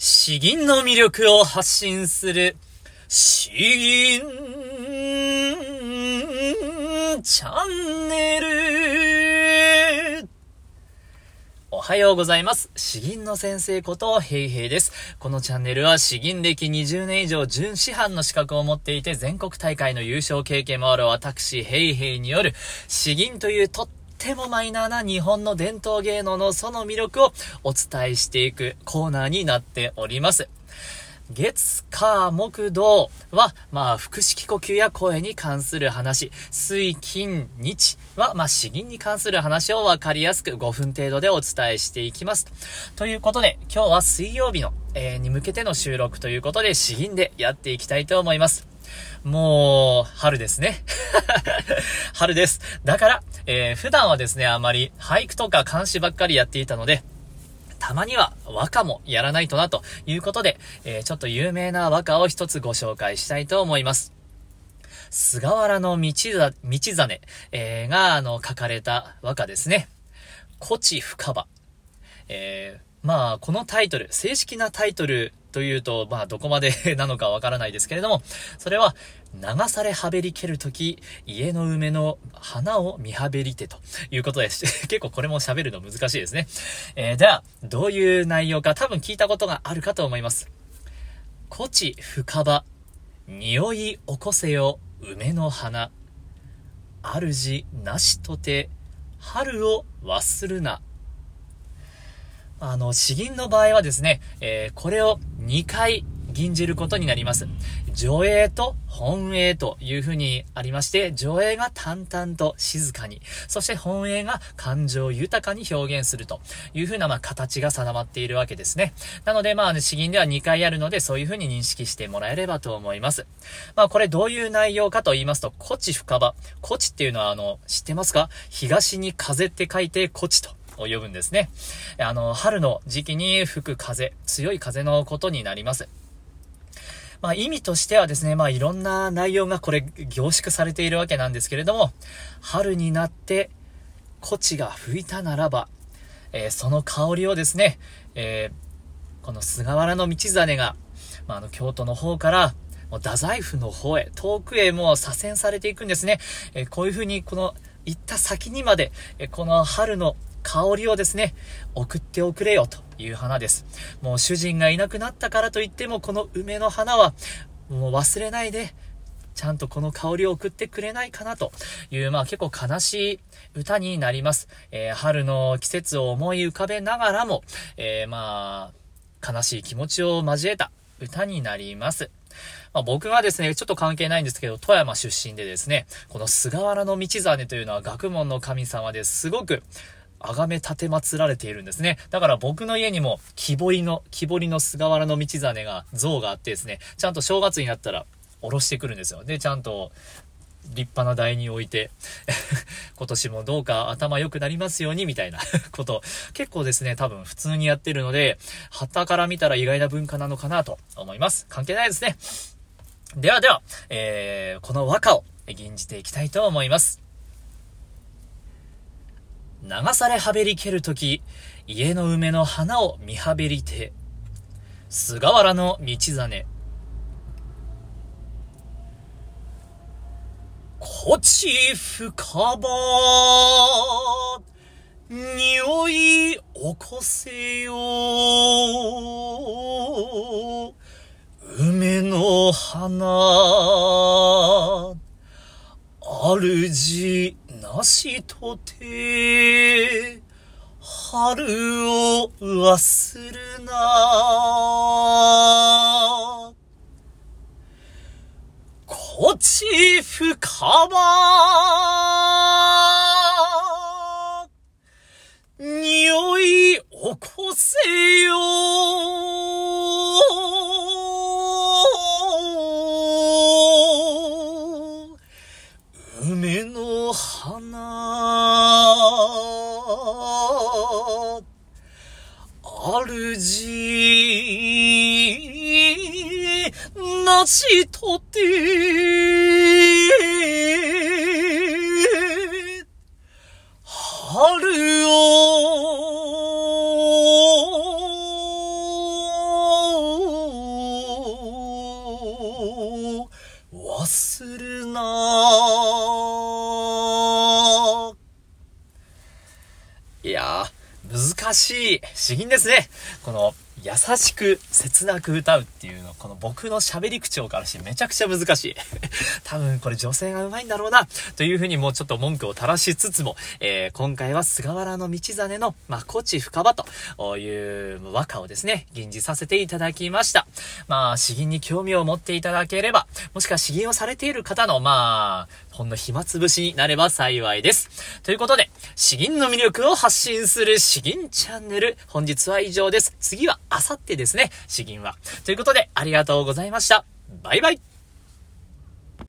詩吟の魅力を発信する詩吟チャンネル。おはようございます。詩吟の先生ことヘイヘイです。このチャンネルは詩吟歴20年以上準師範の資格を持っていて、全国大会の優勝経験もある私ヘイヘイによる詩吟というとってもマイナーな日本の伝統芸能のその魅力をお伝えしていくコーナーになっております。月、火、木、土は、腹式呼吸や声に関する話。水、金、日は、詩吟に関する話をわかりやすく5分程度でお伝えしていきます。ということで、今日は水曜日の、に向けての収録ということで、詩吟でやっていきたいと思います。もう、春ですね。春です。だから、普段はですね、あまり俳句とか漢詩ばっかりやっていたので、たまには和歌もやらないとなということで、ちょっと有名な和歌を一つご紹介したいと思います。菅原道真、が書かれた和歌ですね。古地深場。このタイトル、正式なタイトルというと、どこまでなのかわからないですけれども、それは、流されはべりけるとき、家の梅の花を見はべりてということです。結構これも喋るの難しいですね。では、どういう内容か多分聞いたことがあるかと思います。古地深場、匂い起こせよ梅の花。主なしとて、春を忘るな。詩吟の場合はですね、これを2回吟じることになります。上映と本映というふうにありまして、上映が淡々と静かに、そして本映が感情豊かに表現するというふうな形が定まっているわけですね。なので詩吟では2回やるので、そういうふうに認識してもらえればと思います。これどういう内容かと言いますと、古地深場。古地っていうのは知ってますか？東に風って書いて古地と呼ぶんですね。春の時期に吹く風、強い風のことになります。意味としてはですね、いろんな内容がこれ凝縮されているわけなんですけれども、春になって古地が吹いたならば、その香りをですね、この菅原道真が、京都の方から太宰府の方へ、遠くへもう左遷されていくんですね。こういうふうに行った先にまで、この春の香りをですね、送っておくれよという花です。もう主人がいなくなったからといっても、この梅の花はもう忘れないで、ちゃんとこの香りを送ってくれないかなという、結構悲しい歌になります。春の季節を思い浮かべながらも、悲しい気持ちを交えた歌になります。僕がですね、ちょっと関係ないんですけど、富山出身でですね、この菅原道真というのは学問の神様ですごく崇め立て祀られているんですね。だから僕の家にも木彫りの菅原道真が像があってですね、ちゃんと正月になったら下ろしてくるんですよ。で、ちゃんと立派な台に置いて今年もどうか頭良くなりますようにみたいなこと結構ですね、多分普通にやってるので、旗から見たら意外な文化なのかなと思います。関係ないですね。では、この和歌を吟じていきたいと思います。流されはべりけるとき、家の梅の花を見はべりて。菅原道真。古地深場、匂い起こせよ梅の花。主なしとて、春を忘るな。古地深場、匂い起こせよ梅の花。主なしとて、春をいやー、難しい詩吟ですね。この、優しく切なく歌うっていうの、この僕の喋り口調からしてめちゃくちゃ難しい。多分これ女性が上手いんだろうな、というふうにもうちょっと文句を垂らしつつも、今回は菅原道真の、古地深場という和歌をですね、吟じさせていただきました。詩吟に興味を持っていただければ、もしくは詩吟をされている方の、ほんの暇つぶしになれば幸いです。ということで、詩吟の魅力を発信する詩吟チャンネル、本日は以上です。次はあさってですね、詩吟は。ということで、ありがとうございました。バイバイ。